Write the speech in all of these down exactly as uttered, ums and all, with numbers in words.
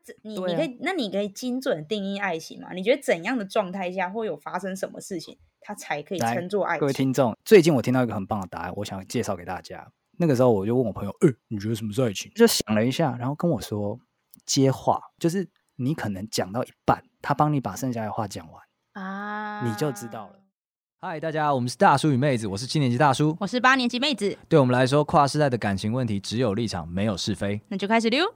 你、啊、你可以，那你可以精准定义爱情吗？你觉得怎样的状态下会有发生什么事情，它才可以称作爱情？ 各位听众，最近我听到一个很棒的答案，我想介绍给大家。那个时候我就问我朋友，欸，你觉得什么是爱情？就想了一下，然后跟我说，接话，就是你可能讲到一半，他帮你把剩下的话讲完啊，你就知道了。 嗨，大家，我们是大叔与妹子，我是七年级大叔， 我是八年级妹子。 对我们来说，跨世代的感情问题只有立场，没有是非。 那就开始溜。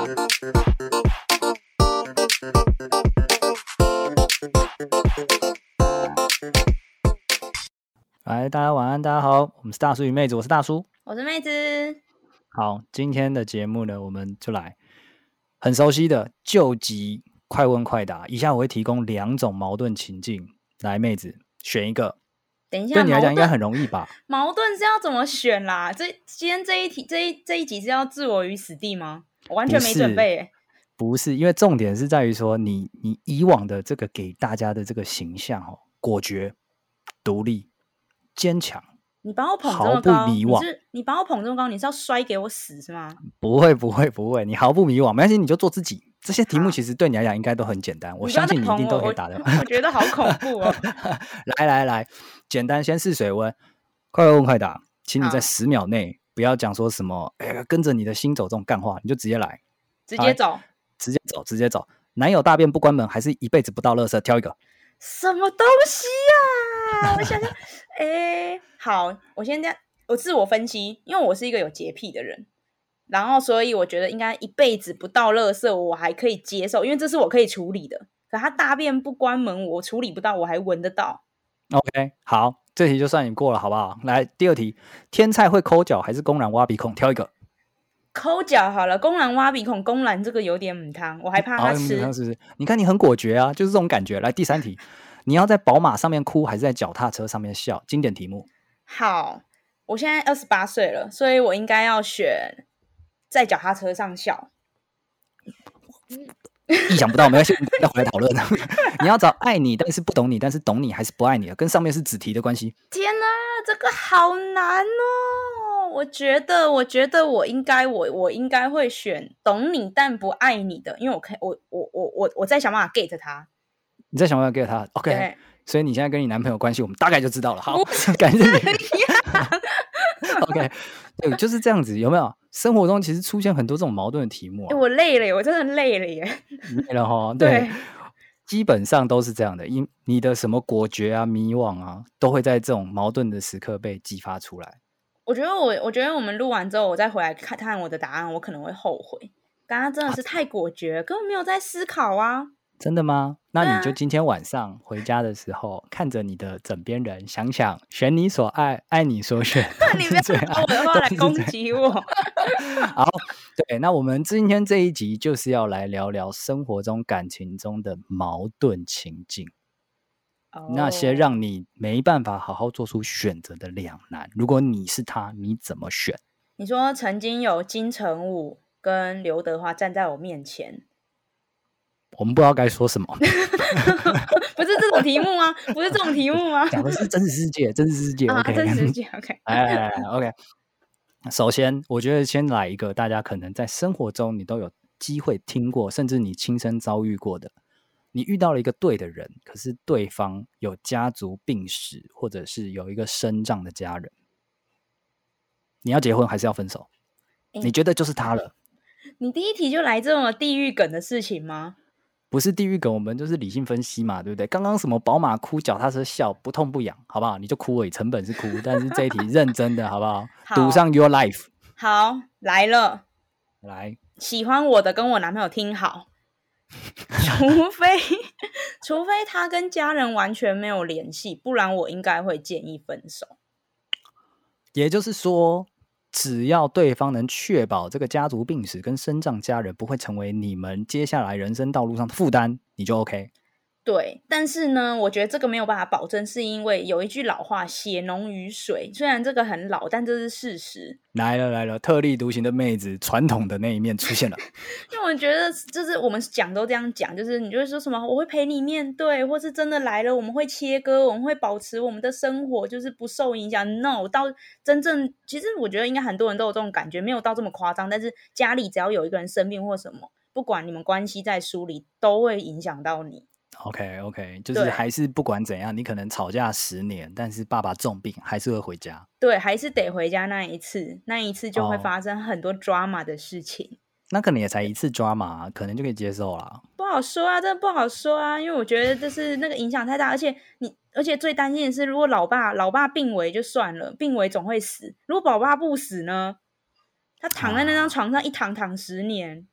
来，大家晚安，大家好，我们是大叔与妹子，我是大叔， 我是妹子。 好，今天的节目呢，我们就来很熟悉的救急快问快答。以下我会提供两种矛盾情境，来，妹子选一个。 等一下， 对你来讲应该很容易吧？ 矛盾是要怎么选啦？这今天这一题，这一这一集是要置我于死地吗？我完全没准备耶。 不是，因为重点是在于说你你以往的这个给大家的这个形象哦，果决、独立、坚强。 你把我捧这么高， 毫不迷惘。 你是你把我捧这么高，你是要摔给我死是吗？ 不会不会不会，你毫不迷惘，没关系，你就做自己。这些题目其实对你来讲应该都很简单，我相信你一定都可以答得。 我, 我觉得好恐怖哦。 来来来，简单先试水温，快问快答，请你在十秒内不要讲说什么，哎，跟着你的心走这种干话，你就直接来， 直接走， 直接走，直接走。男友大便不关门，还是一辈子不倒垃圾？挑一个。 什么东西啊？我想想，哎，好，我先这样，我自我分析，因为我是一个有洁癖的人。然后，所以我觉得应该一辈子不倒垃圾，我还可以接受，因为这是我可以处理的。可他大便不关门，我处理不到，我还闻得到。 OK， 好，这题就算你过了，好不好？来，第二题，天菜会抠脚还是公然挖鼻孔？挑一个。 抠脚好了，公然挖鼻孔，公然这个有点母汤，我还怕他吃。 哦、是不是？你看你很果决啊，就是这种感觉。来，第三题，你要在宝马上面哭，还是在脚踏车上面笑？经典题目。 好，我现在二十八岁了，所以我应该要选在脚踏车上笑。 意想不到，没关系，再回来讨论。你要找爱你但是不懂你，但是懂你还是不爱你的，跟上面是子题的关系。 天哪，这个好难哦！我觉得，我觉得我应该，我我应该会选懂你但不爱你的，因为我可以，我我我我我在想办法 get 他。 你在想办法 get 他 ？OK。所以你现在跟你男朋友关系，我们大概就知道了。好，感谢你。OK， 对，就是这样子，有没有？生活中其实出现很多这种矛盾的题目、啊欸、我累了耶，我真的累了耶。 累了齁，对，对，基本上都是这样的。因你的什么果决啊、迷惘啊，都会在这种矛盾的时刻被激发出来。 我觉得我，我觉得我们录完之后，我再回来看看我的答案，我可能会后悔。刚刚真的是太果决了，啊、根本没有在思考啊。 真的吗？那你就今天晚上回家的时候，啊、看着你的枕边人，想想选你所爱，爱你所选。 你不要拿我的话来攻击我。 好，对，那我们今天这一集就是要来聊聊生活中感情中的矛盾情境， oh. 那些让你没办法好好做出选择的两难。如果你是他，你怎么选？ 你说曾经有金城武跟刘德华站在我面前。 我们不知道该说什么。 不是这种题目吗？不是这种题目吗？ 讲的是真实世界，真实世界。 啊 OK， 真实世界。OK， 来来来 ，OK。首先，我觉得先来一个大家可能在生活中你都有机会听过，甚至你亲身遭遇过的。你遇到了一个对的人，可是对方有家族病史，或者是有一个身障的家人，你要结婚还是要分手？欸、你觉得就是他了？ 你第一题就来这么地狱梗的事情吗？ 不是地狱梗，我们就是理性分析嘛，对不对？刚刚什么宝马哭，脚踏车笑，不痛不痒，好不好？你就哭而已，成本是哭，但是这一题认真的，好不好？赌上 your life。 好，来了， 来， 喜欢我的跟我男朋友听好，除非除非他跟家人完全没有联系，不然我应该会建议分手。 也就是说，只要对方能确保这个家族病史跟身障家人不会成为你们接下来人生道路上的负担，你就 OK。 对，但是呢，我觉得这个没有办法保证，是因为有一句老话，血浓于水，虽然这个很老，但这是事实。 来了来了，特立独行的妹子，传统的那一面出现了。 因为我觉得就是我们讲都这样讲，就是你就会说什么我会陪你面对，或是真的来了我们会切割，我们会保持我们的生活就是不受影响。 No， 到真正其实我觉得应该很多人都有这种感觉，没有到这么夸张，但是家里只要有一个人生病或什么， 不管你们关系再疏离，都会影响到你。 OK OK， 就是还是不管怎样，你可能吵架十年，但是爸爸重病还是会回家。 对，还是得回家那一次，那一次就会哦发生很多 drama 的事情。 那可能也才一次抓嘛，可能就可以接受啦。 不好说啊，真的不好说啊，因为我觉得就是那个影响太大，而且你，而且最担心的是，如果老爸老爸病危就算了，病危总会死，如果老爸不死呢？他躺在那张床上一躺躺十年。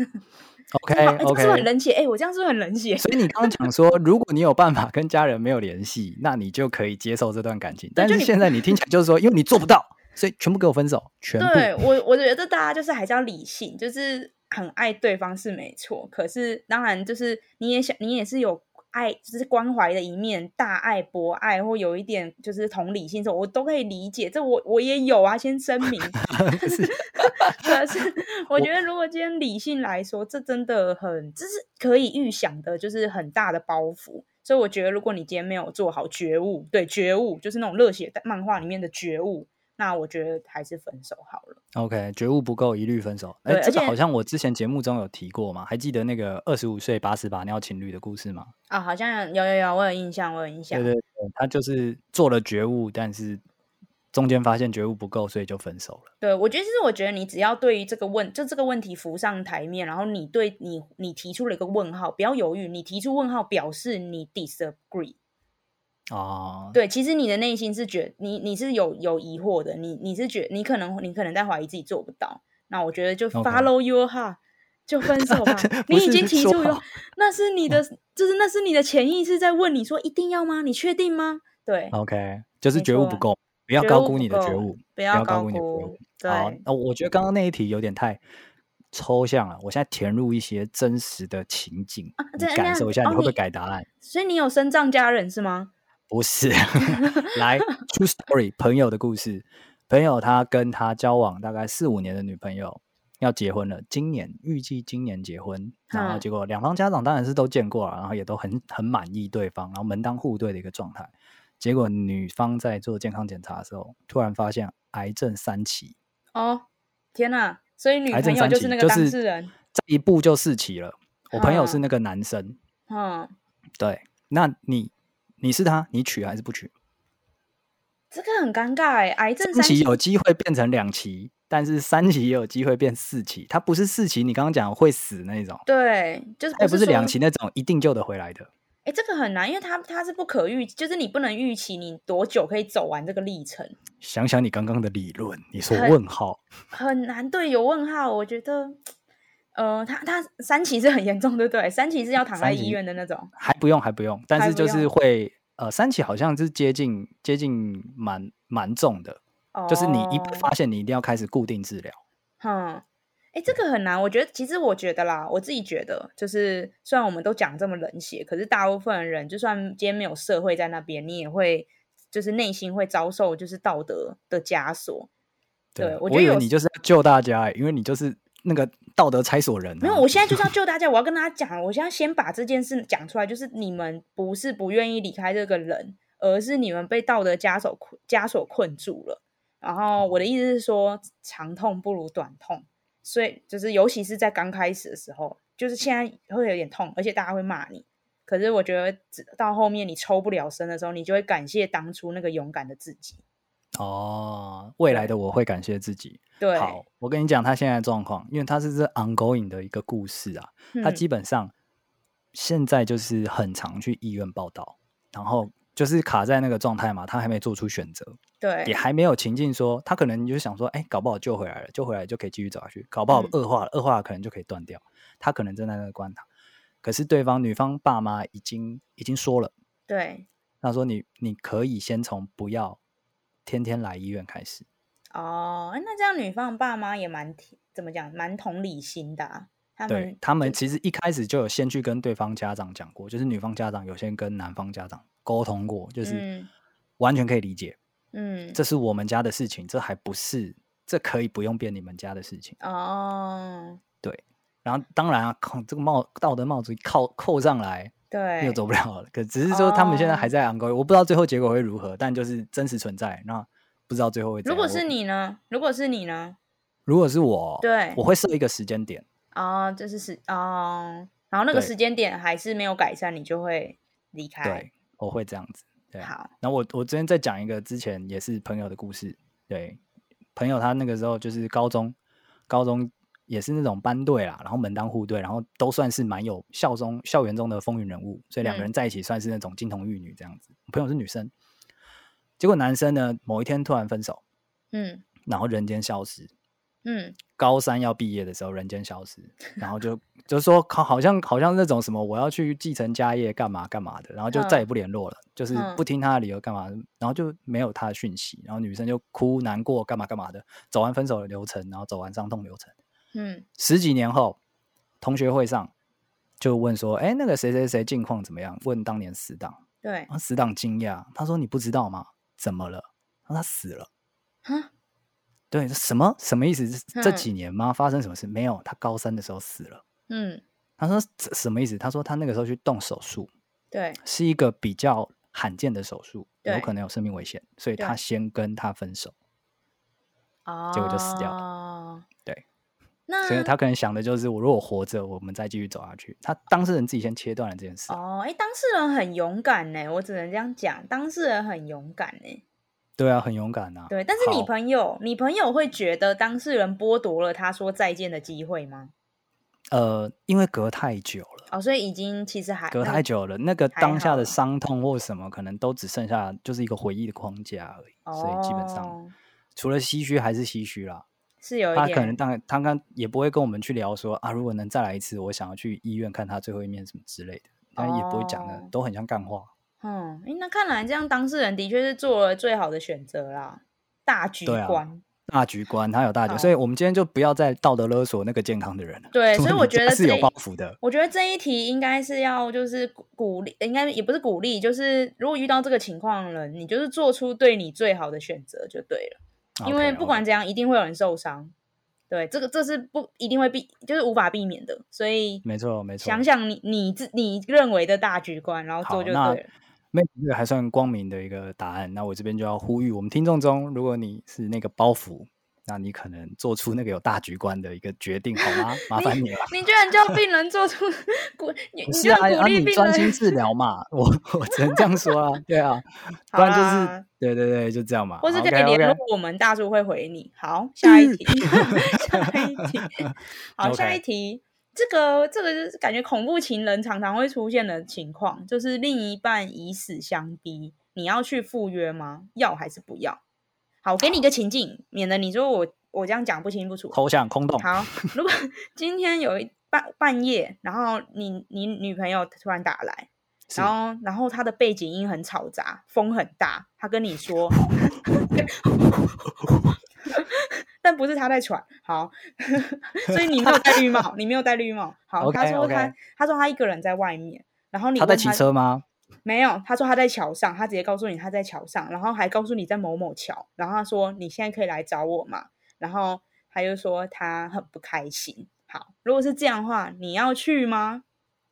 OK 欸、这 OK， 是不是很冷血？哎、欸，我这样是不是很冷血？ 所以你刚刚讲说，如果你有办法跟家人没有联系，那你就可以接受这段感情。但是现在你听起来就是说，因为你做不到，所以全部给我分手，全部。 对我，我觉得大家就是还是要理性，就是很爱对方是没错，可是当然就是你也想，你也是有爱，就是关怀的一面，大爱博爱，或有一点就是同理心，我都可以理解。这我我也有啊，先声明。可是我觉得，如果今天理性来说，这真的很，这是可以预想的，就是很大的包袱。所以我觉得，如果你今天没有做好觉悟，对觉悟，就是那种热血漫画里面的觉悟。那我觉得还是分手好了。 OK， 觉悟不够，一律分手。哎，这个好像我之前节目中有提过嘛，还记得那个二十五岁把屎把尿情侣的故事吗？ 啊，好像有有有，我有印象，我有印象。 对对对，他就是做了觉悟，但是中间发现觉悟不够，所以就分手了。 对，我觉得其实我觉得你只要对于这个问，就这个问题浮上台面，然后你对你你提出了一个问号，不要犹豫，你提出问号表示你 disagree。 哦， 对，其实你的内心是觉你你是有有疑惑的，你你是觉你可能你可能在怀疑自己做不到，那我觉得就 follow your heart， 就分手吧。你已经提出有，那是你的，就是那是你的潜意识在问你说一定要吗？你确定吗？对 ，OK， 就是觉悟不够，不要高估你的觉悟， 不要高估你的觉悟。 对， 好，那我觉得刚刚那一题有点太抽象了，我现在填入一些真实的情境， 啊、 你感受一下，你会不会改答案？ 所以你有身障家人是吗？ 不是，来 true story 朋友的故事。朋友他跟他交往大概四五年的女朋友要结婚了，今年预计今年结婚，然后结果两方家长当然是都见过了，然后也都很很满意对方，然后门当户对的一个状态。结果女方在做健康检查的时候，突然发现癌症三期。 哦，天哪！所以女朋友就是那个当事人， 这一步就四期了。我朋友是那个男生， 嗯， 对，那你。你是他，你娶还是不娶？ 这个很尴尬哎，癌症三期有机会变成两期，但是三期也有机会变四期。它不是四期，你刚刚讲会死那种。 对，就是它也不是两期那种一定救得回来的。 哎，这个很难，因为它它是不可预，就是你不能预期你多久可以走完这个历程。 想想你刚刚的理论，你说问号很难，对，有问号，我觉得。呃，他他三期是很严重，对不对？三期是要躺在医院的那种， 还不用，还不用，但是就是会，呃，三期好像是接近接近蛮蛮重的，哦、就是你一发现你一定要开始固定治疗。 嗯，哎，这个很难，我觉得，其实我觉得啦，我自己觉得，就是虽然我们都讲这么冷血，可是大部分人，就算今天没有社会在那边，你也会就是内心会遭受就是道德的枷锁。对， 对我觉得有我以为你就是要救大家、欸，因为你就是那个道德拆锁人、啊。 没有，我现在就是要救大家，我要跟大家讲，我现在先把这件事讲出来，就是你们不是不愿意离开这个人，而是你们被道德枷锁枷锁困住了。然后我的意思是说，长痛不如短痛，所以就是尤其是在刚开始的时候，就是现在会有点痛，而且大家会骂你。可是我觉得到后面你抽不了身的时候，你就会感谢当初那个勇敢的自己。 哦，未来的我会感谢自己。 对， 好，我跟你讲他现在的状况，因为他是这 ongoing 的一个故事啊，嗯、他基本上现在就是很常去医院报到，然后就是卡在那个状态嘛，他还没做出选择， 对， 也还没有情境说，他可能就想说，哎，搞不好救回来了，救回来就可以继续走下去，搞不好恶化了，嗯、恶化了可能就可以断掉，他可能正在那个关卡，可是对方女方爸妈已经已经说了， 对， 他说你你可以先从不要天天来医院开始。 哦，那这样女方爸妈也蛮怎么讲，蛮同理心的、啊。他们对他们其实一开始就有先去跟对方家长讲过，就是女方家长有先跟男方家长沟通过，就是完全可以理解。嗯，这是我们家的事情，这还不是，这可以不用变你们家的事情。哦，对。然后当然啊，这个帽道德帽子扣扣上来， 对， 又走不了了。可只是说他们现在还在 ongoing，、哦、我不知道最后结果会如何，但就是真实存在。那不知道最后会怎样。 如果是你呢？如果是你呢？ 如果是我， 对， 我会设一个时间点。 哦，就是是哦，然后那个对时间点还是没有改善，你就会离开。 对，我会这样子。对， 好， 然后我我之前再讲一个之前也是朋友的故事。对，朋友他那个时候就是高中，高中也是那种班队啦，然后门当户对，然后都算是蛮有校中校园中的风云人物，所以两个人在一起算是那种金童玉女这样子。我朋友是女生，结果男生呢某一天突然分手， 嗯然后人间消失。 嗯， 高三要毕业的时候人间消失，然后就就说好像好像那种什么我要去继承家业干嘛干嘛的，然后就再也不联络了， 嗯、 就是不听他的理由干嘛，然后就没有他的讯息，然后女生就哭难过干嘛干嘛的，走完分手的流程，然后走完伤痛流程。 嗯， 十几年后同学会上就问说，哎，那个谁谁谁近况怎么样？问当年死党。 对， 然后死党惊讶，他说你不知道吗？怎么了？他说他死了。 哈， 对，什么什么意思？这几年吗？发生什么事？没有，他高三的时候死了。 嗯， 他说什么意思？他说他那个时候去动手术，对，是一个比较罕见的手术，有可能有生命危险，所以他先跟他分手，结果就死掉了。对，那所以他可能想的就是，我如果活着，我们再继续走下去。他当事人自己先切断了这件事。 哦，哎，当事人很勇敢呢，我只能这样讲，当事人很勇敢呢。 对啊，很勇敢啊。 对，但是你朋友，你朋友会觉得当事人剥夺了他说再见的机会吗？ 呃，因为隔太久了， 哦，所以已经其实还隔太久了，那个当下的伤痛或什么，可能都只剩下就是一个回忆的框架而已。哦、所以基本上，除了唏嘘还是唏嘘啦。 是有一点， 他可能当然，他刚也不会跟我们去聊说啊，如果能再来一次，我想要去医院看他最后一面什么之类的，但也不会讲的，哦、都很像干话。 嗯，那看来这样当事人的确是做了最好的选择啦，大局观。 啊、大局观，他有大局，所以我们今天就不要再道德勒索那个健康的人了。 对，所以我觉得是有包袱的。 我觉得这一题应该是要就是鼓励，应该也不是鼓励，就是如果遇到这个情况了，你就是做出对你最好的选择就对了。Okay, 因为不管怎样， okay. 一定会有人受伤。对，这个这是不一定会避，就是无法避免的。所以没错没错， 想想你你自你认为的大局观，然后做就对了。 妹，这个还算光明的一个答案。那我这边就要呼吁我们听众中，如果你是那个包袱，那你可能做出那个有大局观的一个决定，好吗？麻烦你了。 你, 你居然叫病人做出鼓，你不是啊？ 你, 啊你专心治疗嘛，我我只能这样说啊。对啊，不然就是对对对，就这样嘛。 或是可以联络我们，大叔会回你。好，下一题，下一题，好， okay. 下一题。这个这个就是感觉恐怖情人常常会出现的情况，就是另一半以死相逼，你要去赴约吗？要还是不要？好，我给你一个情境，免得你说我我这样讲不清不楚， 抽象空洞。 好，如果今天有一半半夜，然后你你女朋友突然打来，然后然后她的背景音很嘈杂，风很大，她跟你说。但不是他在喘，好，所以你没有戴绿帽，你没有戴绿帽。好， okay, 他说他 okay. 他说他一个人在外面，然后你他在骑车吗？ 没有，他说他在桥上，他直接告诉你他在桥上，然后还告诉你在某某桥，然后他说你现在可以来找我嘛，然后他就说他很不开心。好，如果是这样的话，你要去吗？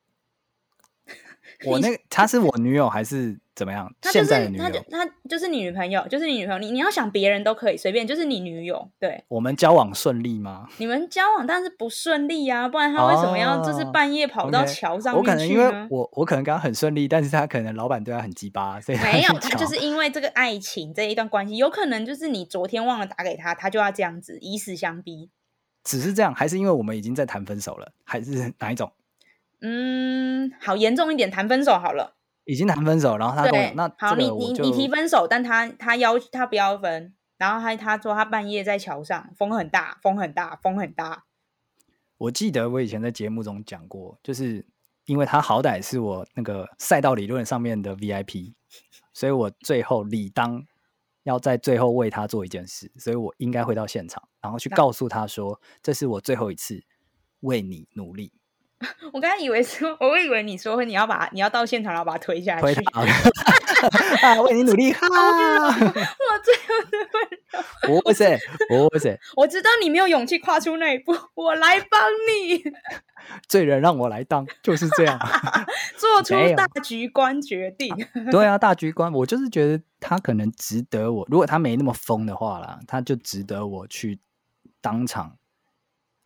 我那个她是我女友还是怎么样？ 她就是现在的女友， 她就她就是你女朋友，就是你女朋友。你你要想别人都可以随便，就是你女友。对， 我们交往顺利吗？ 你们交往，但是不顺利啊，不然她为什么要就是半夜跑到桥上面去呢？ 我可能因为我我可能跟她很顺利，但是她可能老板对她很鸡巴，所以没有，她就是因为这个爱情这一段关系，有可能就是你昨天忘了打给她，她就要这样子以死相逼。 只是这样，还是因为我们已经在谈分手了，还是哪一种？ 嗯，好，严重一点，谈分手好了。 已经谈分手，然后他跟我那好，你你你提分手，但他他要他不要分，然后他他说他半夜在桥上，风很大，风很大，风很大。 我记得我以前在节目中讲过，就是因为他好歹是我那个赛道理论上面的 V I P， 所以我最后理当要在最后为他做一件事，所以我应该回到现场，然后去告诉他说，这是我最后一次为你努力。 我刚才以为说，我以为你说你要把你要到现场，然后把他推下去， 推他啊，为你努力哈！ 我最后的温柔， 不是不是， 我知道你没有勇气跨出那一步，我来帮你。 罪人让我来当，就是这样， 做出大局观决定。 啊对啊，大局观，我就是觉得他可能值得我，如果他没那么疯的话啦，他就值得我去当场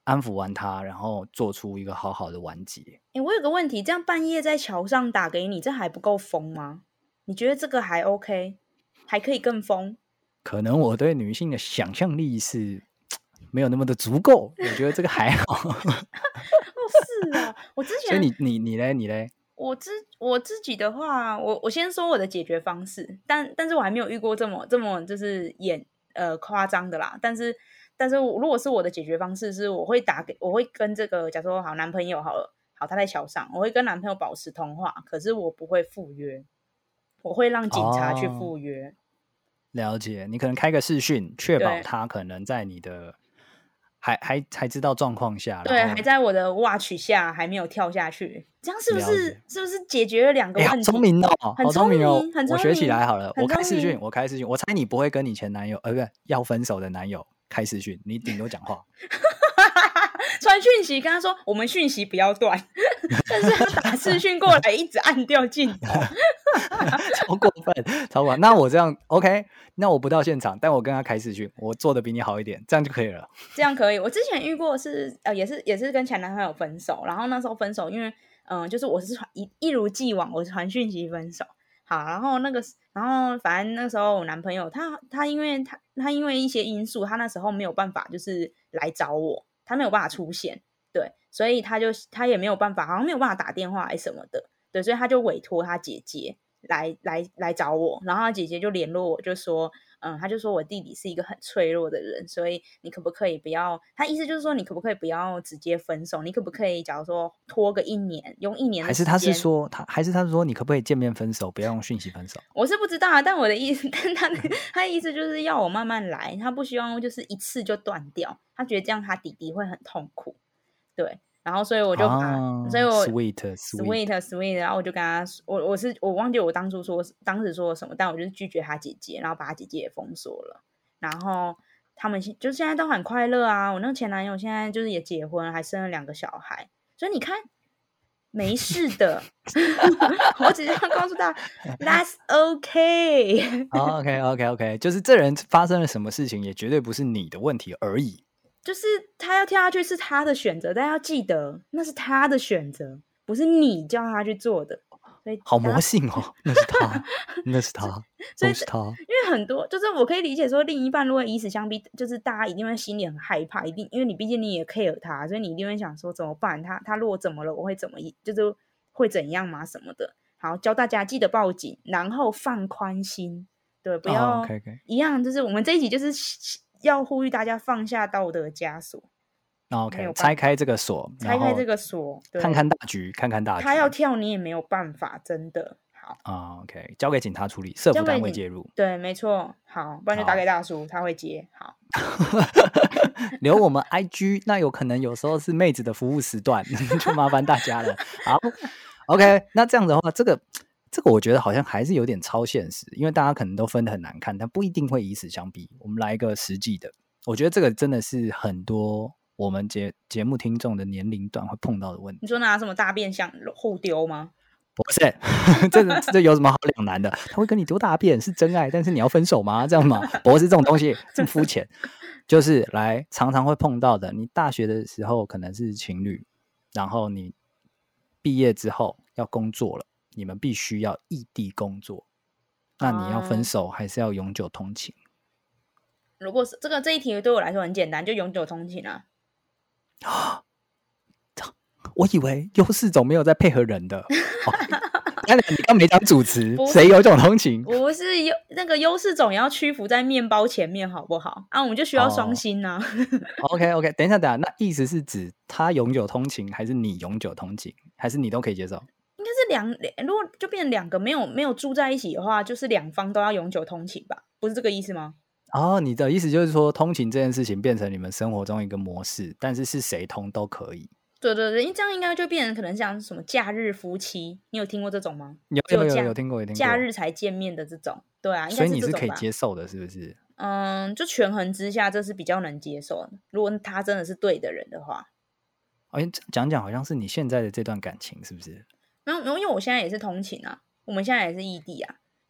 安抚完他，然后做出一个好好的完结。 哎，我有个问题，这样半夜在桥上打给你，这还不够疯吗？你觉得这个还 OK， 还可以更疯？ 可能我对女性的想象力是没有那么的足够，我觉得这个还好。 哦，是啊，我之前， 所以你你你嘞，你嘞？ 我自我自己的话，我我先说我的解决方式，但但是我还没有遇过这么这么就是演呃夸张的啦。但是但是如果是我的解决方式，是我会打给我会跟这个假如说好男朋友好了，好他在桥上，我会跟男朋友保持通话，可是我不会赴约，我会让警察去赴约。 哦，了解，你可能开个视讯，确保他可能在你的还还还知道状况下， 对，还在我的 watch 下，还没有跳下去，这样是不是是不是解决了两个问题？ 欸、好聪明哦， 很聪明哦， 很聪明， 我学起来好了。我开视讯， 我开视讯，我猜你不会跟你前男友，呃，不是要分手的男友开视讯，你顶多讲话。 传讯息跟他说我们讯息不要断，但是他打视讯过来一直按掉镜头。 超过分，超过分。那我这样 OK， 那我不到现场，但我跟他开视讯，我做的比你好一点，这样就可以了。 这样可以。我之前遇过是呃，也是也是跟前男朋友分手，然后那时候分手，因为嗯、呃，就是我是传一一如既往，我传讯息分手。好，然后那个，然后反正那时候我男朋友他他因为他他因为一些因素，他那时候没有办法就是来找我，他没有办法出现，对，所以他就他也没有办法，好像没有办法打电话还是什么的，对，所以他就委托他姐姐来来来找我，然后他姐姐就联络我，就说，嗯，他就说我弟弟是一个很脆弱的人，所以你可不可以不要，他意思就是说你可不可以不要直接分手，你可不可以假如说拖个一年，用一年的时间， 还是他是说他还是他是说你可不可以见面分手，不要用讯息分手？我是不知道啊，但我的意思，但他的他的意思就是要我慢慢来，他不希望就是一次就断掉，他觉得这样他弟弟会很痛苦，对。然后所以我就把，哦、所以我 sweet sweet sweet sweet， 然后我就跟他，我我是我忘记我当初说当时说了什么，但我就是拒绝他姐姐，然后把他姐姐也封锁了。然后他们就现在都很快乐啊，我那个前男友现在就是也结婚，还生了两个小孩，所以你看没事的。我只是要告诉他 ，That's OK 。 OK OK OK， 就是这人发生了什么事情，也绝对不是你的问题而已。 就是他要跳下去是他的选择，但要记得那是他的选择，不是你叫他去做的。所以好魔性哦，那是他，那是他，都是他。 因为很多就是我可以理解说，另一半如果以死相逼，就是大家一定会心里很害怕，一定因为你毕竟你也 care 他，所以你一定会想说怎么办？他他如果怎么了，我会怎么就是会怎样吗？什么的。好，教大家记得报警，然后放宽心，对，不要、 oh, okay, okay. 一样。就是我们这一集就是要呼吁大家放下道德枷锁。 OK， 拆开这个锁， 拆开这个锁， 看看大局，看看大局。 他要跳你也没有办法，真的。好啊、oh, ，OK， 交给警察处理，社福单位介入。 对，没错。好，不然就打给大叔，他会接。好， 留我们 I G， 那有可能有时候是妹子的服务时段，就麻烦大家了。好 ，OK， 那这样的话，这个这个我觉得好像还是有点超现实，因为大家可能都分得很难看，但不一定会以死相逼。我们来一个实际的，我觉得这个真的是很多我们节节目听众的年龄段会碰到的问题。 你说拿什么大便相互丢吗？ 不是，这这有什么好两难的？他会跟你丢大便是真爱，但是你要分手吗？这样吗？不是这种东西这么肤浅。就是来常常会碰到的，你大学的时候可能是情侣，然后你毕业之后要工作了，你们必须要异地工作，那你要分手还是要永久通勤？ 如果是这个这一题对我来说很简单，就永久通勤啊。 我以为优势总没有在配合人的，哦、你刚没讲主持，谁有种通勤？ 不是优那个优势总也要屈服在面包前面，好不好？啊，我们就需要双薪啊。 哦、OK OK， 等一下等一下，那意思是指他永久通勤，还是你永久通勤，还是你都可以接受？ 应该是两，如果就变成两个没有没有住在一起的话，就是两方都要永久通勤吧？不是这个意思吗？ 哦，你的意思就是说，通勤这件事情变成你们生活中一个模式，但是是谁通都可以。 对对对，因为这样应该就变成可能像什么假日夫妻，你有听过这种吗？ 有有有有听过有听过， 假日才见面的这种，对啊，应该是所以你是可以接受的，是不是？ 嗯，就权衡之下，这是比较能接受的。如果他真的是对的人的话， 哎，讲讲好像是你现在的这段感情，是不是？ 没有没有，因为我现在也是通勤啊，我们现在也是异地啊。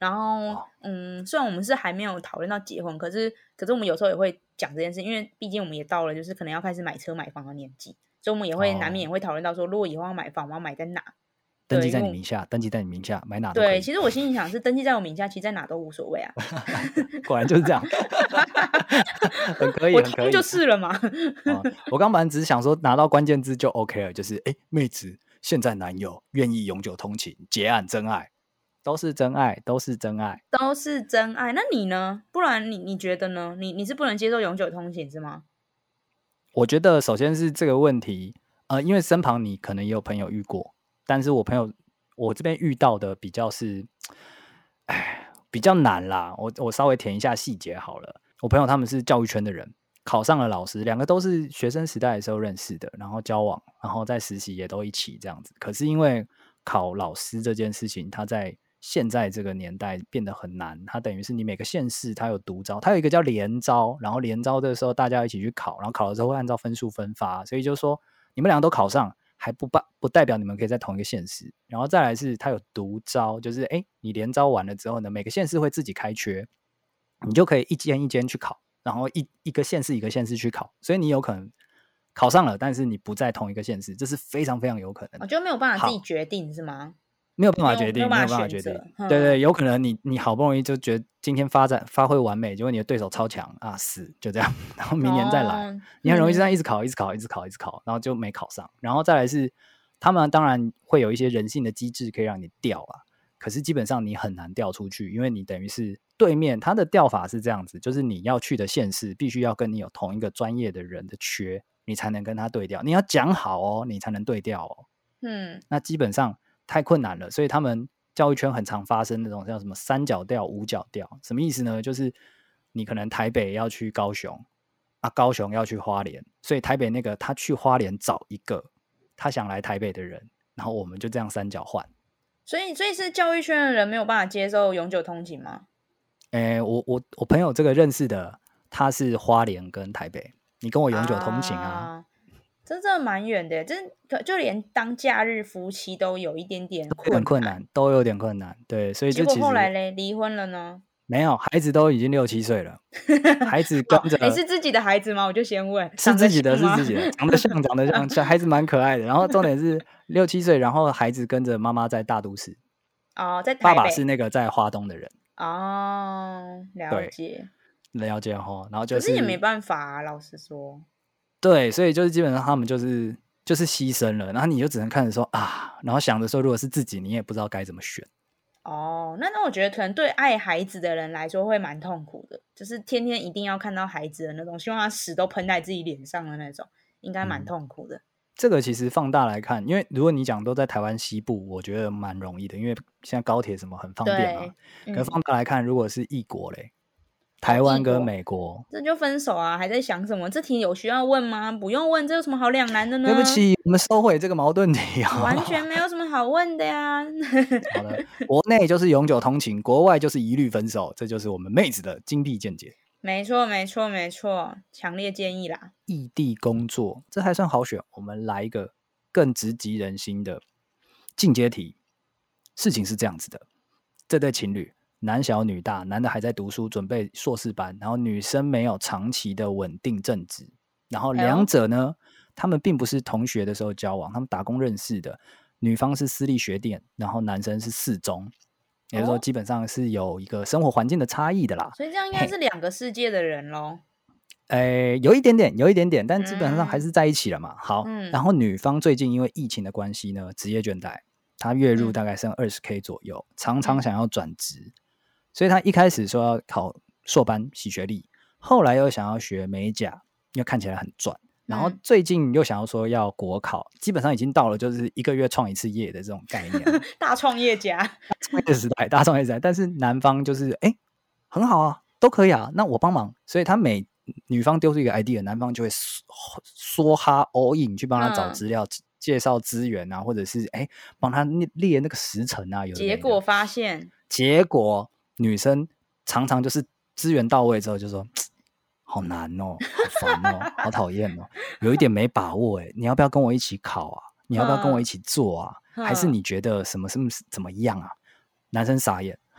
然后嗯，虽然我们是还没有讨论到结婚，可是可是我们有时候也会讲这件事，因为毕竟我们也到了就是可能要开始买车买房的年纪，所以我们也会、哦、难免也会讨论到说，如果以后要买房，我要买在哪？ 登记在你名下，登记在你名下，买哪都可以。 对，其实我心里想是登记在我名下，其实在哪都无所谓啊。 果然就是这样，很可以， 我很可以， 就是了嘛。 哦、我刚本来只是想说拿到关键字就 OK 了，就是哎，妹子现在男友愿意永久通勤，结案真爱，都是真爱，都是真爱， 都是真爱。那你呢？不然你你觉得呢？你你是不能接受永久通勤是吗？ 我觉得首先是这个问题，呃，因为身旁你可能也有朋友遇过。但是我朋友，我这边遇到的比较是，哎，比较难啦。我我稍微填一下细节好了。我朋友他们是教育圈的人，考上了老师，两个都是学生时代的时候认识的，然后交往，然后在实习也都一起这样子。可是因为考老师这件事情，它在现在这个年代变得很难。它等于是你每个县市它有独招，它有一个叫联招，然后联招的时候大家一起去考，然后考了之后会按照分数分发，所以就说你们两个都考上。还不不代表你们可以在同一个县市，然后再来是它有独招，就是哎，你联招完了之后呢，每个县市会自己开缺，你就可以一间一间去考，然后一一个县市一个县市去考，所以你有可能考上了，但是你不在同一个县市，这是非常非常有可能的。 我就没有办法自己决定是吗？ 没有办法决定， 没有办法决定。对对，有可能你你好不容易就觉得今天发展发挥完美，结果你的对手超强啊，死就这样，然后明年再来，哦、你很容易这样一直考、嗯、一直考一直考一直考，然后就没考上。然后再来是他们当然会有一些人性的机制可以让你调啊，可是基本上你很难调出去，因为你等于是对面他的调法是这样子，就是你要去的县市必须要跟你有同一个专业的人的缺，你才能跟他对调，你要讲好哦，你才能对调哦。嗯，那基本上太困难了，所以他们教育圈很常发生那种叫什么三角调、五角调，什么意思呢？就是你可能台北要去高雄啊，高雄要去花莲，所以台北那个他去花莲找一个他想来台北的人，然后我们就这样三角换。 所以，所以是教育圈的人没有办法接受永久通勤吗？ 诶，我我我朋友这个认识的，他是花莲跟台北，你跟我永久通勤啊。啊这真的蛮远的，这就连当假日夫妻都有一点点困难， 困难都有点困难，对，所以就结果后来嘞离婚了呢？ 没有，孩子都已经六七岁了，孩子跟着， 你、哦、是自己的孩子吗？我就先问， 是自己的，是自己的，长得像，长得像，像孩子蛮可爱的。然后重点是六七岁，然后孩子跟着妈妈在大都市， 哦，在台北， 爸爸是那个在花东的人， 哦，了解， 了解齁，然后就是， 可是也没办法啊，老实说。 对，所以就是基本上他们就是就是牺牲了，然后你就只能看着说啊，然后想着说，如果是自己，你也不知道该怎么选。 哦，那那我觉得可能对爱孩子的人来说会蛮痛苦的，就是天天一定要看到孩子的那种，希望他屎都喷在自己脸上的那种，应该蛮痛苦的。嗯、 这个其实放大来看，因为如果你讲都在台湾西部，我觉得蛮容易的，因为现在高铁什么很方便嘛。嗯、可放大来看，如果是异国嘞。台湾跟美国， 这就分手啊？还在想什么？这题有需要问吗？不用问，这有什么好两难的呢？ 对不起，我们收回这个矛盾题啊， 完全没有什么好问的呀。 好的，国内就是永久通勤，国外就是一律分手，这就是我们妹子的精辟见解。 没错，没错，没错，强烈建议啦。 异地工作，这还算好选。我们来一个更直击人心的进阶题。事情是这样子的，这对情侣。男小女大，男的还在读书准备硕士班，然后女生没有长期的稳定正职，然后两者呢、哎、他们并不是同学的时候交往，他们打工认识的，女方是私立学店，然后男生是四中，也就是说基本上是有一个生活环境的差异的啦， 所以这样应该是两个世界的人咯。 诶，有一点点有一点点，但基本上还是在一起了嘛、嗯、好、嗯，然后女方最近因为疫情的关系呢，职业倦怠，她月入大概剩 二十K 左右、嗯、常常想要转职、嗯，所以他一开始说要考硕班洗学历，后来又想要学美甲，因为看起来很赚，然后最近又想要说要国考，基本上已经到了就是一个月创一次业的这种概念大创业家大创业时代大创业时代，但是男方就是哎很好啊，都可以啊，那我帮忙，所以他每女方丢出一个 idea， 男方就会梭哈 all in 去帮他找资料、嗯、介绍资源啊，或者是哎帮他列那个时程啊，有的没的， 结果发现结果女生常常就是资源到位之后就说好难哦，好烦哦，好讨厌哦，有一点没把握耶，你要不要跟我一起考啊？你要不要跟我一起做啊？还是你觉得什么什么怎么样啊？男生傻眼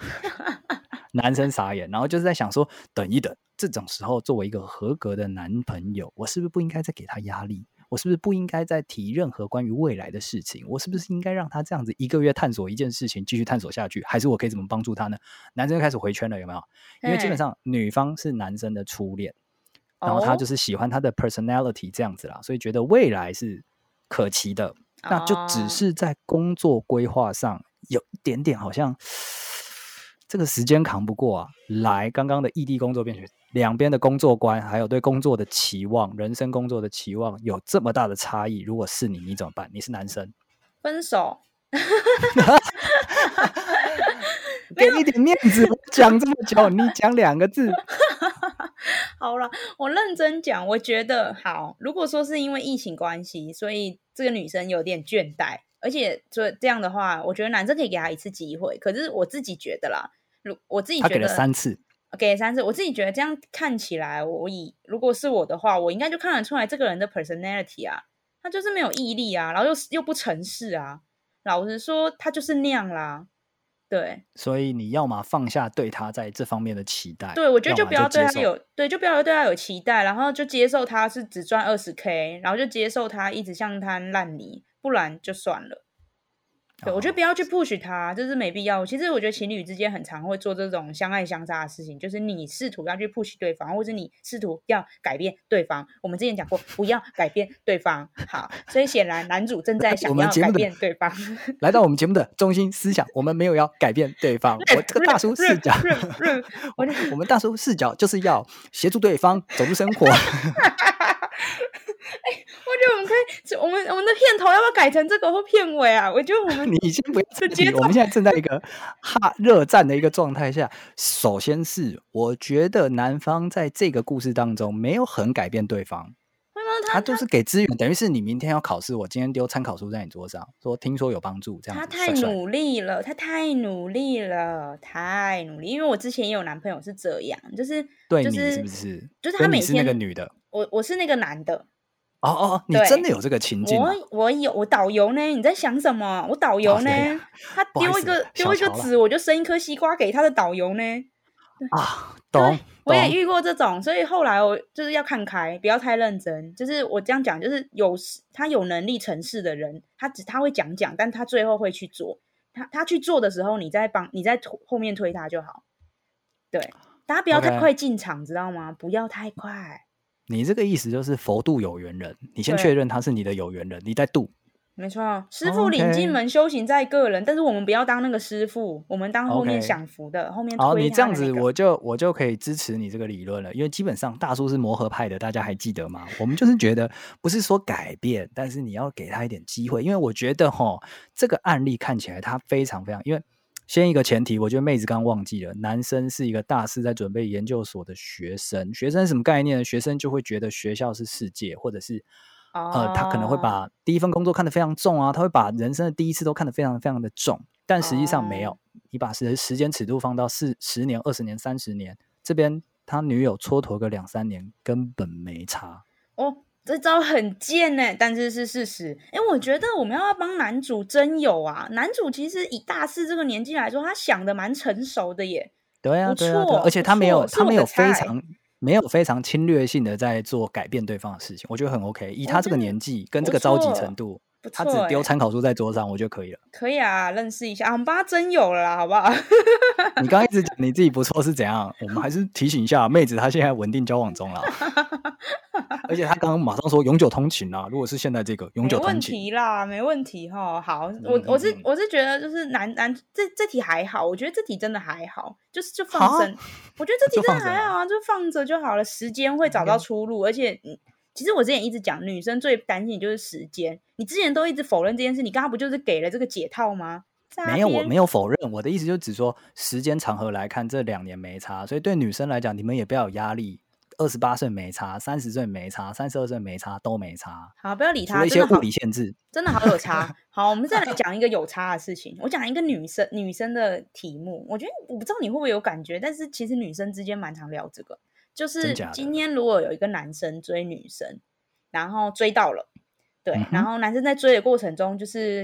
男生傻眼，然后就是在想说，等一等，这种时候作为一个合格的男朋友，我是不是不应该再给他压力？我是不是不应该再提任何关于未来的事情？我是不是应该让他这样子一个月探索一件事情，继续探索下去？还是我可以怎么帮助他呢？男生就开始回圈了，有没有？因为基本上女方是男生的初恋，然后他就是喜欢他的 personality 这样子啦，所以觉得未来是可期的，那就只是在工作规划上有一点点好像这个时间扛不过啊。来，刚刚的异地工作变学，两边的工作观还有对工作的期望，人生工作的期望有这么大的差异，如果是你，你怎么办？你是男生， 分手。 给你点面子，我讲这么久，你讲两个字。 好了，我认真讲，我觉得好。如果说是因为疫情关系，所以这个女生有点倦怠，而且这这样的话，我觉得男生可以给她一次机会。可是我自己觉得啦，我自己觉得他给了三次， 给了三次，我自己觉得这样看起来，我以如果是我的话，我应该就看得出来这个人的 personality 啊，他就是没有毅力啊，然后又又不诚实啊。老实说，他就是那样啦。对， 所以你要嘛放下对他在这方面的期待， 对，我觉得就不要对他有有，对，就不要对他有期待，然后就接受他是只赚二十 K， 然后就接受他一直像滩烂泥，不然就算了。对，我觉得不要去 push 他，这是没必要。其实我觉得情侣之间很常会做这种相爱相杀的事情，就是你试图要去 push 对方，或者你试图要改变对方。我们之前讲过，不要改变对方。好，所以显然男主正在想要改变对方。 来到我们节目的中心思想，我们没有要改变对方。我这个大叔视角，我们大叔视角就是要协助对方走入生活。 哎、欸，我觉得我们可以，我们我们的片头要不要改成这个或片尾啊？我觉得我们你先不要自己，我们现在正在一个哈热战的一个状态下。首先是我觉得男方在这个故事当中没有很改变对方，他就是给资源，等于是你明天要考试，我今天丢参考书在你桌上，说听说有帮助，这样子。 他太努力了，他太努力了，太努力。因为我之前也有男朋友是这样，就是对你就是是不是？ 就是他每天是那个女的， 我我是那个男的。 哦哦，你真的有这个情境、啊？ 我我有，我导游呢？你在想什么？我导游呢？哦、他丢一个丢一个纸，我就生一颗西瓜给他的导游呢？ 啊，懂。 我也遇过这种，所以后来我就是要看开，不要太认真。就是我这样讲，就是有他有能力成事的人，他只他会讲讲，但他最后会去做。他他去做的时候，你再帮你在后面推他就好。对，大家不要太快进场， okay. 知道吗？不要太快。 你这个意思就是佛度有缘人，你先确认他是你的有缘人，你再度。 没错，师父领进门， okay. 修行在个人，但是我们不要当那个师父，我们当后面享福的， okay. 后面推他的、那個。 好，你这样子我就我就可以支持你这个理论了，因为基本上大叔是磨合派的，大家还记得吗？我们就是觉得不是说改变，但是你要给他一点机会，因为我觉得齁这个案例看起来他非常非常，因为先一个前提，我觉得妹子刚忘记了，男生是一个大四在准备研究所的学生，学生什么概念呢？学生就会觉得学校是世界，或者是呃，他可能会把第一份工作看得非常重啊，他会把人生的第一次都看得非常非常的重，但实际上没有。你把时时间尺度放到四十年、二十年、三十年，这边他女友蹉跎个两三年，根本没差。 哦，这招很贱呢，但是是事实。哎，我觉得我们要帮男主真有啊，男主其实以大四这个年纪来说，他想的蛮成熟的耶。 对啊，对啊，对啊，而且他没有，他没有非常。没有非常侵略性的在做改变对方的事情，我觉得很 OK。以他这个年纪跟这个着急程度，他只丢参考书在桌上，我觉得可以了。 可以啊，认识一下，啊、我们帮他真有了啦，好不好？ 你刚刚一直讲你自己不错是怎样？我们还是提醒一下，妹子她现在稳定交往中啦。而且她刚刚马上说永久通勤啦，如果是现在这个永久通勤， 没问题啦，没问题哈。好，我我是我是觉得就是男男这这题还好，我觉得这题真的还好，就是就放生。我觉得这题真的还好啊，就放着就好了，时间会找到出路。而且，其实我之前一直讲，女生最担心的就是时间。你之前都一直否认这件事，你刚刚不就是给了这个解套吗？ 没有，我没有否认，我的意思就只说时间长河来看，这两年没差，所以对女生来讲，你们也不要有压力。二十八岁没差，三十岁没差，三十二岁没差，都没差。 好，不要理他。 除了一些物理限制， 真的好有差。好，我们再来讲一个有差的事情。我讲一个女生女生的题目，我觉得我不知道你会不会有感觉，但是其实女生之间蛮常聊这个。就是今天如果有一个男生追女生，然后追到了，对，嗯、然后男生在追的过程中，就是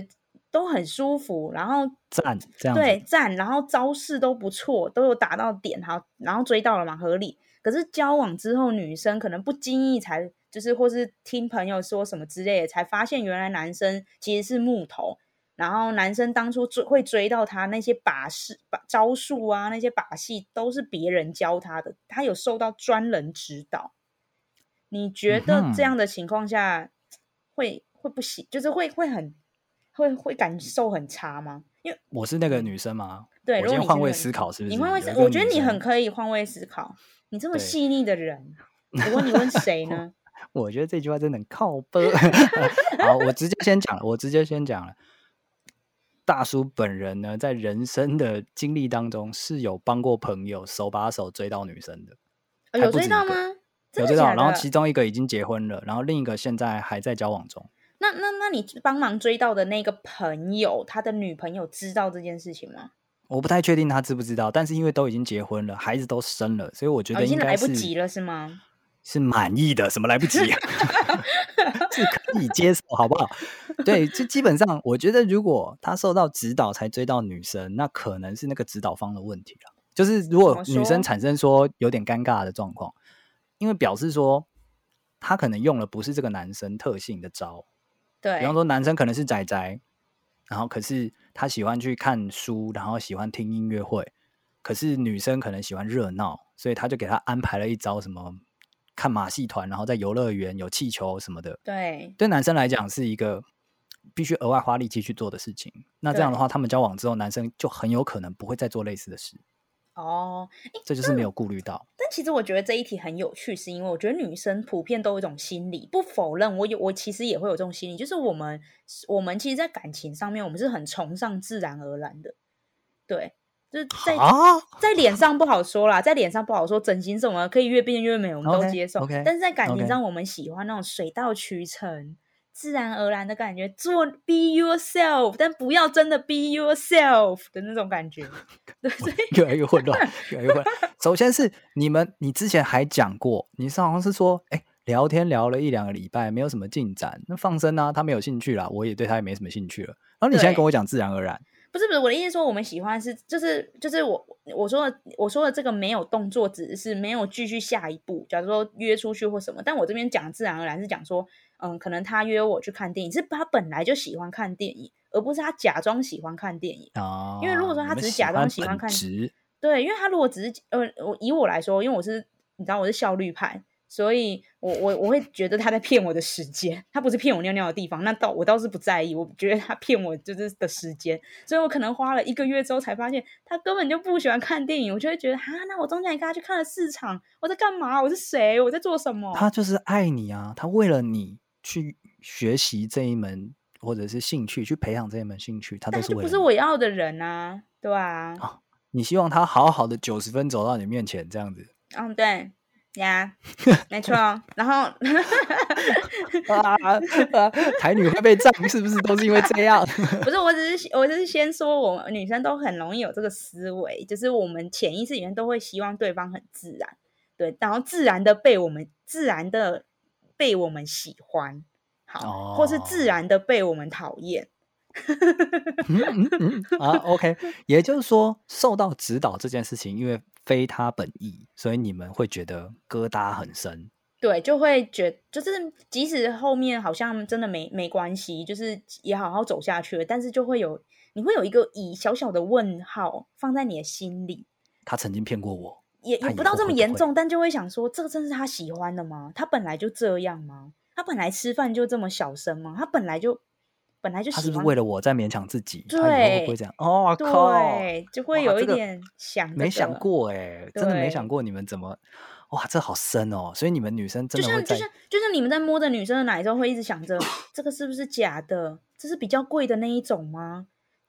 都很舒服，然后赞这样子， 对赞，然后招式都不错，都有打到点，好，然后追到了嘛，合理。可是交往之后，女生可能不经意才就是或是听朋友说什么之类的，才发现原来男生其实是木头。然后男生当初追会追到他那些把式、把招数啊，那些把戏都是别人教他的，他有受到专人指导。你觉得这样的情况下会、嗯、会不行，就是会会很会会感受很差吗？因为我是那个女生嘛， 对， 我先换位思考，是不是？ 你换位思，我觉得你很可以换位思考。你这么细腻的人，我问你问谁呢？ 我觉得这句话真的很靠背。好，我直接先讲了，我直接先讲了。大叔本人呢，在人生的经历当中是有帮过朋友手把手追到女生的， 哦、有追到吗？ 有追到，然后其中一个已经结婚了，然后另一个现在还在交往中。 那那那你帮忙追到的那个朋友，他的女朋友知道这件事情吗？ 我不太确定他知不知道，但是因为都已经结婚了，孩子都生了，所以我觉得应该是、哦、 已经来不及了，是吗？ 是满意的，什么来不及、啊？是可以接受，好不好？对，就基本上，我觉得如果他受到指导才追到女生，那可能是那个指导方的问题了。就是如果女生产生说有点尴尬的状况，因为表示说他可能用了不是这个男生特性的招。 对， 比方说男生可能是宅宅，然后可是他喜欢去看书，然后喜欢听音乐会，可是女生可能喜欢热闹，所以他就给他安排了一招什么看马戏团，然后在游乐园有气球什么的。 对， 对男生来讲是一个必须额外花力气去做的事情。那这样的话，他们交往之后，男生就很有可能不会再做类似的事。 哦， 这就是没有顾虑到。 但其实我觉得这一题很有趣，是因为我觉得女生普遍都有一种心理，不否认我有，我其实也会有这种心理，就是我们我们其实，在感情上面，我们是很崇尚自然而然的，对，就是在在脸上不好说啦，在脸上不好说，整形什么可以越变越美，我们都接受。 Okay, okay, 但是在感情上，我们喜欢那种水到渠成。自然而然的感觉，做 be yourself， 但不要真的 be yourself 的那种感觉。对， 越来越混乱，越来越混乱。首先是你们，你之前还讲过，你是好像是说，哎，聊天聊了一两个礼拜，没有什么进展，那放生啊，他没有兴趣啦，我也对他也没什么兴趣了。然后你现在跟我讲自然而然。 不是不是，我的意思说，我们喜欢是就是就是我我说的我说的这个没有动作，只是没有继续下一步。假如说约出去或什么，但我这边讲自然而然是讲说，嗯，可能他约我去看电影，是他本来就喜欢看电影，而不是他假装喜欢看电影。 哦， 因为如果说他只是假装喜欢看， 喜对，因为他如果只是呃，我以我来说，因为我是你知道我是效率派。所以我我我会觉得他在骗我的时间，他不是骗我尿尿的地方，那倒我倒是不在意，我觉得他骗我就是的时间，所以我可能花了一个月之后才发现他根本就不喜欢看电影，我就会觉得哈，那我中间还跟他去看了四场，我在干嘛？我是谁？我在做什么？ 他就是爱你啊，他为了你去学习这一门或者是兴趣，去培养这一门兴趣，他都是为了你。 但他就不是我要的人啊，对啊。 哦，你希望他好好的九十分走到你面前这样子。 嗯，对。呀、yeah, 没错。然后啊啊，台女会被赞是不是都是因为这样？ 不是，我只是我只是先说，我们女生都很容易有这个思维，就是我们潜意识里面都会希望对方很自然，对，然后自然的被我们自然的被我们喜欢，好，哦、或是自然的被我们讨厌。 嗯嗯嗯啊 ，OK， 也就是说，受到指导这件事情，因为非他本意，所以你们会觉得疙瘩很深。 对，就会觉就是即使后面好像真的没没关系，就是也好好走下去了，但是就会有你会有一个以小小的问号放在你的心里。 他曾经骗过我， 也也不到这么严重，但就会想说，这个真是他喜欢的吗？他本来就这样吗？他本来吃饭就这么小声吗？他本来就。本来就喜欢， 他是不是为了我在勉强自己？ 对， 他以后会不会这样？哦靠， 对，就会有一点想、這個， 没想过哎、欸，真的没想过你们怎么，哇，这好深哦！所以你们女生真的会在， 就像就像就像你们在摸着女生的奶的时候，会一直想着这个是不是假的？这是比较贵的那一种吗？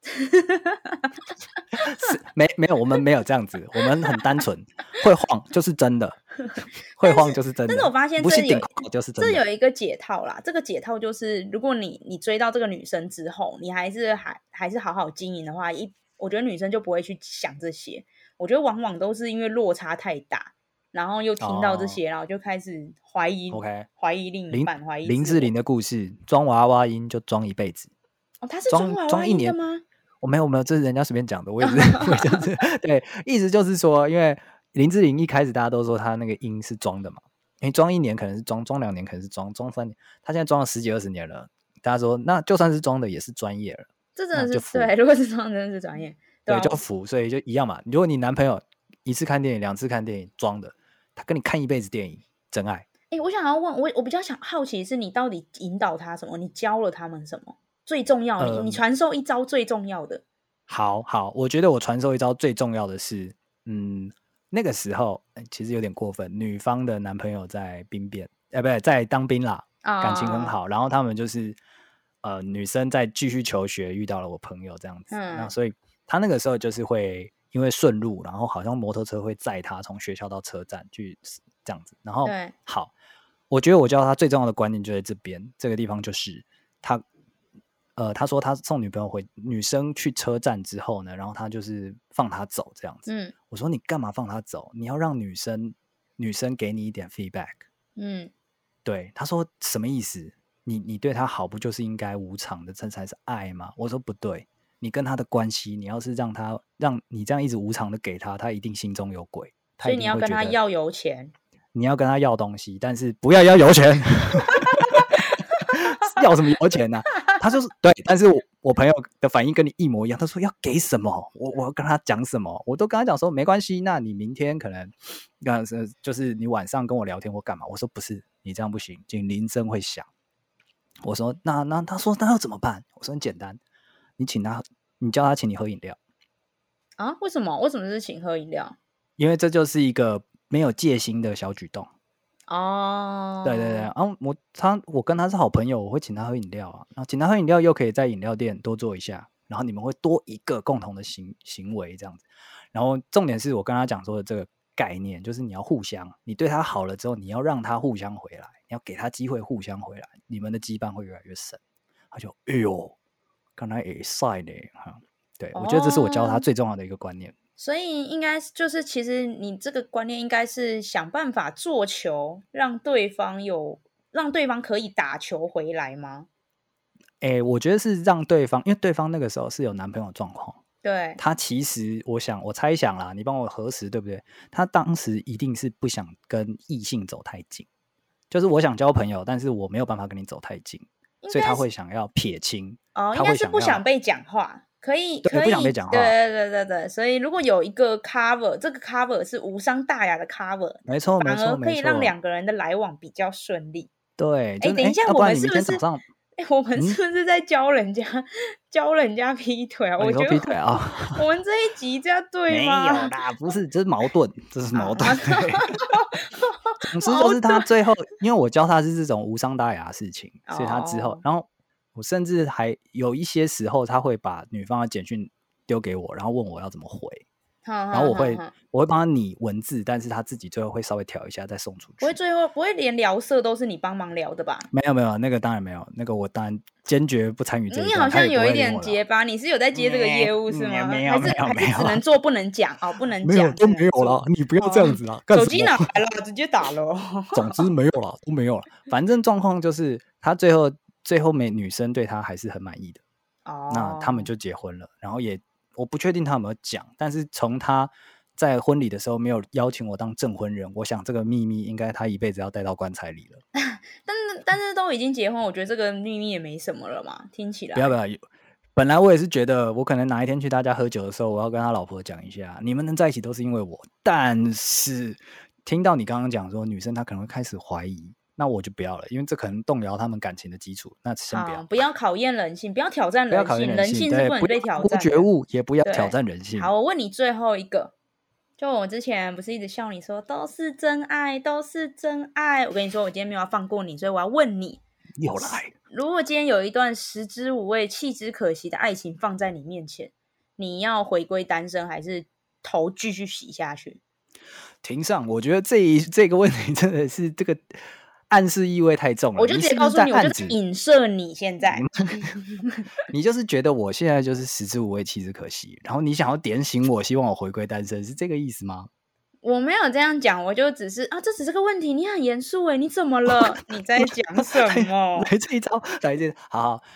是没没有，我们没有这样子，我们很单纯，会晃就是真的，会晃就是真的。 但是我发现不是顶口就是真的。 这有一个解套啦，这个解套就是如果你你追到这个女生之后，你还是还还是好好经营的话，一我觉得女生就不会去想这些。我觉得往往都是因为落差太大，然后又听到这些，哦、然后就开始怀疑， OK， 怀疑另一半，怀疑林志玲的故事，装娃娃音就装一辈子。 哦，他是装娃娃音的吗？ 我没有没有，这是人家随便讲的，我也是，我就是对，意思就是说，因为林志玲一开始大家都说她那个音是装的嘛，因为装一年可能是装，装两年可能是装，装三年，她现在装了十几二十年了，大家说那就算是装的也是专业了， 这真的是对，如果是装真的是专业， 对，对就服，所以就一样嘛。如果你男朋友一次看电影、两次看电影装的，他跟你看一辈子电影，真爱。 哎、欸，我想要问我，我比较想好奇是你到底引导他什么？你教了他们什么？最重要，呃、你你传授一招最重要的。 好好，我觉得我传授一招最重要的是，嗯，那个时候、欸、其实有点过分，女方的男朋友在兵变，哎、欸，不对，在当兵啦，哦、感情很好，然后他们就是呃，女生在继续求学，遇到了我朋友这样子，嗯、那所以他那个时候就是会因为顺路，然后好像摩托车会载他从学校到车站去这样子，然后好。我觉得我教他最重要的观念就在这边，这个地方就是他，呃，他说他送女朋友回女生去车站之后呢，然后他就是放她走这样子。嗯，我说你干嘛放她走？你要让女生女生给你一点 feedback。嗯，对，他说什么意思？你你对她好不就是应该无偿的，这才是爱吗？我说不对，你跟她的关系，你要是让她让你这样一直无偿的给她，她一定心中有鬼。 所以你要跟她要油钱。 你要跟他要东西，但是不要要油钱。要什么油钱呢、啊？他就是对，但是 我, 我朋友的反应跟你一模一样。他说要给什么，我我要跟他讲什么，我都跟他讲说没关系。那你明天可能，就是你晚上跟我聊天或干嘛？我说不是，你这样不行，警铃声会响。我说那那他说那要怎么办？我说很简单，你请他，你叫他请你喝饮料啊？为什么？为什么是请喝饮料？ 因为这就是一个没有戒心的小举动哦， 对对对，然后我他我跟他是好朋友，我会请他喝饮料啊，然后请他喝饮料又可以在饮料店多坐一下，然后你们会多一个共同的行行为这样子。然后重点是我跟他讲说的这个概念，就是你要互相，你对他好了之后，你要让他互相回来，你要给他机会互相回来，你们的羁绊会越来越深。他就哎呦，刚才也晒呢哈，对、哦、我觉得这是我教他最重要的一个观念。 所以应该就是其实你这个观念应该是想办法做球，让对方有让对方可以打球回来吗？ 欸，我觉得是让对方，因为对方那个时候是有男朋友状况， 对， 他其实我想我猜想啦，你帮我核实对不对？他当时一定是不想跟异性走太近，就是我想交朋友，但是我没有办法跟你走太近，所以他会想要撇清。 哦，应该是不想被讲话。可以，可以， 不想被讲话。 对对对对，所以如果有一个 cover， 这个 cover 是无伤大雅的 cover， 没错， 反而可以让两个人的来往比较顺利。 对， 哎，等一下，我们是不是？哎，我们是不是在教人家、嗯、教人家劈腿啊？ 哦、 我觉得劈腿啊， 我们这一集这样对吗？ 没有啦，不是，这是矛盾，这是矛盾。总之就是他最后，因为我教他是这种无伤大雅的事情，所以他之后，然后。我甚至还有一些时候，他会把女方的简讯丢给我，然后问我要怎么回，然后我会我会帮他拟文字，但是他自己最后会稍微调一下再送出去。 不会最后不会连聊色都是你帮忙聊的吧？ 没有没有，那个当然没有，那个我当然坚决不参与这一段。 你好像有一点结巴，你是有在接这个业务是吗？ 没有没有没有， 只能做不能讲哦，不能讲。 没有都没有了，你不要这样子啦。 手机拿来了，直接打了。 总之没有了，都没有了。反正状况就是他最后。最后没女生对他还是很满意的，哦，那他们就结婚了。然后也我不确定他有没有讲，但是从他在婚礼的时候没有邀请我当证婚人，我想这个秘密应该他一辈子要带到棺材里了。 但是但是都已经结婚，我觉得这个秘密也没什么了嘛，听起来。 不要不要，本来我也是觉得我可能哪一天去大家喝酒的时候，我要跟他老婆讲一下，你们能在一起都是因为我。但是听到你刚刚讲说女生她可能会开始怀疑。那我就不要了，因为这可能动摇他们感情的基础。那先不要， 哦、不要考验人性，不要挑战人性， 不要考验人性， 人性是不能被挑战的。 不觉悟也不要挑战人性。 好，我问你最后一个，就我之前不是一直笑你说都是真爱，都是真爱。我跟你说，我今天没有要放过你，所以我要问你， 又来。 如果今天有一段食之无味、弃之可惜的爱情放在你面前，你要回归单身，还是头继续洗下去？ 庭上，我觉得这一这个问题真的是这个。暗示意味太重了， 我就直接告诉你， 你是是我就影射你现在。 你就是觉得我现在就是食之无味，弃之可惜，然后你想要点醒我，希望我回归单身，是这个意思吗？ 我没有这样讲，我就只是啊，这只是个问题。你很严肃哎，你怎么了？你在讲什么？ 来这一招，来这，好好。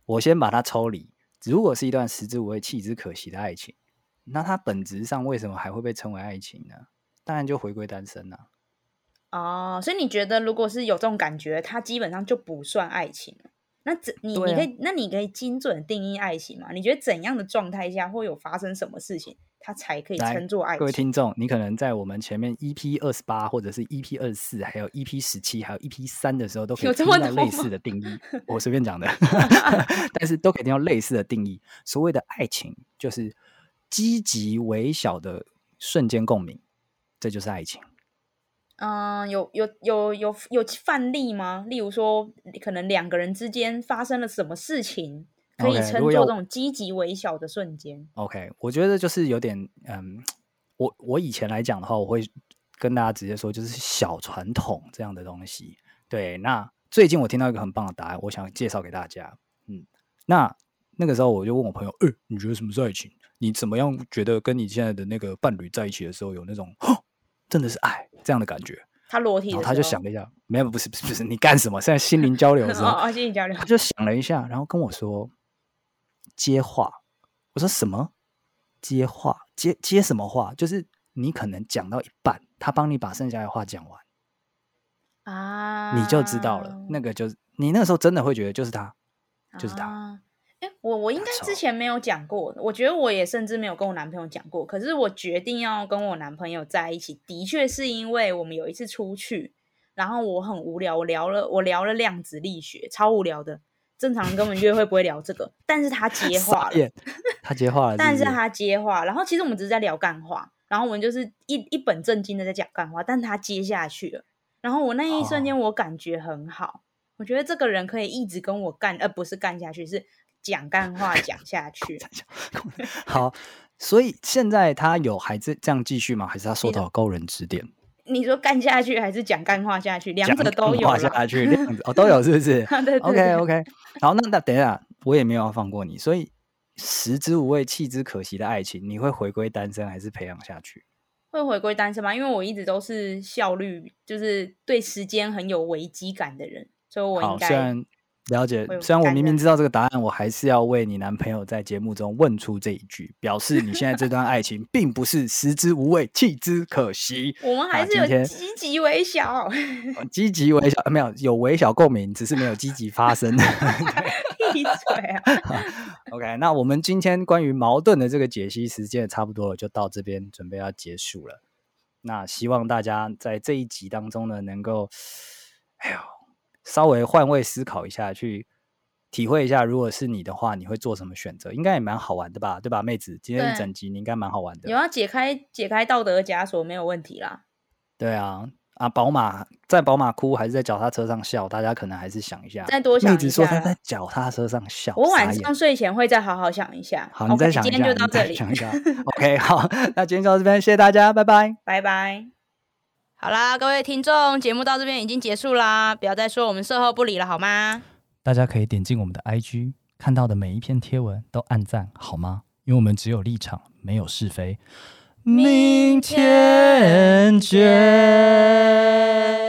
我先把它抽离。如果是一段食之无味弃之可惜的爱情，那它本质上为什么还会被称为爱情呢？当然就回归单身啊。 哦，所以你觉得如果是有这种感觉，它基本上就不算爱情了。那怎你、啊、你可以那你可以精准定义爱情吗？你觉得怎样的状态下会有发生什么事情，它才可以称作爱情？ 各位听众，你可能在我们前面 E P 二十八或者是 E P 二十四，还有 E P 十七，还有 E P 三的时候，都可以听到类似的定义。我随便讲的，但是都可以听到类似的定义。所谓的爱情，就是积极微小的瞬间共鸣，这就是爱情。 嗯，有有有有有范例吗？例如说，可能两个人之间发生了什么事情，可以称作这种积极微小的瞬间。 OK， 我觉得就是有点，嗯，我我以前来讲的话，我会跟大家直接说，就是小传统这样的东西。对，那最近我听到一个很棒的答案，我想介绍给大家。嗯，那那个时候我就问我朋友，哎、欸，你觉得什么是爱情？你怎么样觉得跟你现在的那个伴侣在一起的时候有那种，真的是爱这样的感觉？ 他裸体的时候， 然后他就想了一下，没有，不是不是不是，你干什么？现在心灵交流的时候， 哦，心灵交流， 他就想了一下，然后跟我说接话。我说什么？接话？接接什么话？就是你可能讲到一半，他帮你把剩下的话讲完啊，你就知道了。那个就是你那个时候真的会觉得就是他，就是他。 啊欸、我我应该之前没有讲过，我觉得我也甚至没有跟我男朋友讲过。可是我决定要跟我男朋友在一起，的确是因为我们有一次出去，然后我很无聊，我聊了我聊了量子力学，超无聊的。正常人根本约会不会聊这个，但是他接话了， 他接话了是不是， 但是他接话，然后其实我们只是在聊干话，然后我们就是一一本正经的在讲干话，但他接下去了，然后我那一瞬间我感觉很好，哦、我觉得这个人可以一直跟我干，呃，不是干下去，是讲干话讲下去。 好，所以现在他有还是这样继续吗？还是他受到高人指点？ 你说干下去还是讲干话下去？两者都有。 讲干话下去，这样子哦，都有是不是？ 对对对 OK OK， 好，那那等一下，我也没有要放过你，所以食之无味，弃之可惜的爱情，你会回归单身还是培养下去？ 会回归单身吗？因为我一直都是效率，就是对时间很有危机感的人，所以我应该。 好，虽然了解，虽然我明明知道这个答案，我还是要为你男朋友在节目中问出这一句，表示你现在这段爱情并不是食之无味，弃之可惜。 我们还是有积极微小， 积极微小没有有微小共鸣，只是没有积极发生。 闭嘴啊 ！OK， 那我们今天关于矛盾的这个解析时间也差不多了，就到这边准备要结束了。那希望大家在这一集当中呢，能够，哎呦。稍微换位思考一下，去体会一下，如果是你的话，你会做什么选择？应该也蛮好玩的吧，对吧，妹子？今天一整集你应该蛮好玩的。 有要解开解开道德枷锁，没有问题啦。 对啊，啊，宝马在宝马哭还是在脚踏车上笑？大家可能还是想一下。 再多想一下。 妹子说她在脚踏车上笑， 我晚上睡前会再好好想一下。 好，你再想一下， okay, 今天就到这里。 想一下。OK， 好，那今天就到这边，谢谢大家，拜拜， 拜拜。好啦，各位听众，节目到这边已经结束啦，不要再说我们售后不理了好吗？ 大家可以点进我们的 I G， 看到的每一篇贴文都按赞好吗？因为我们只有立场，没有是非。明天见。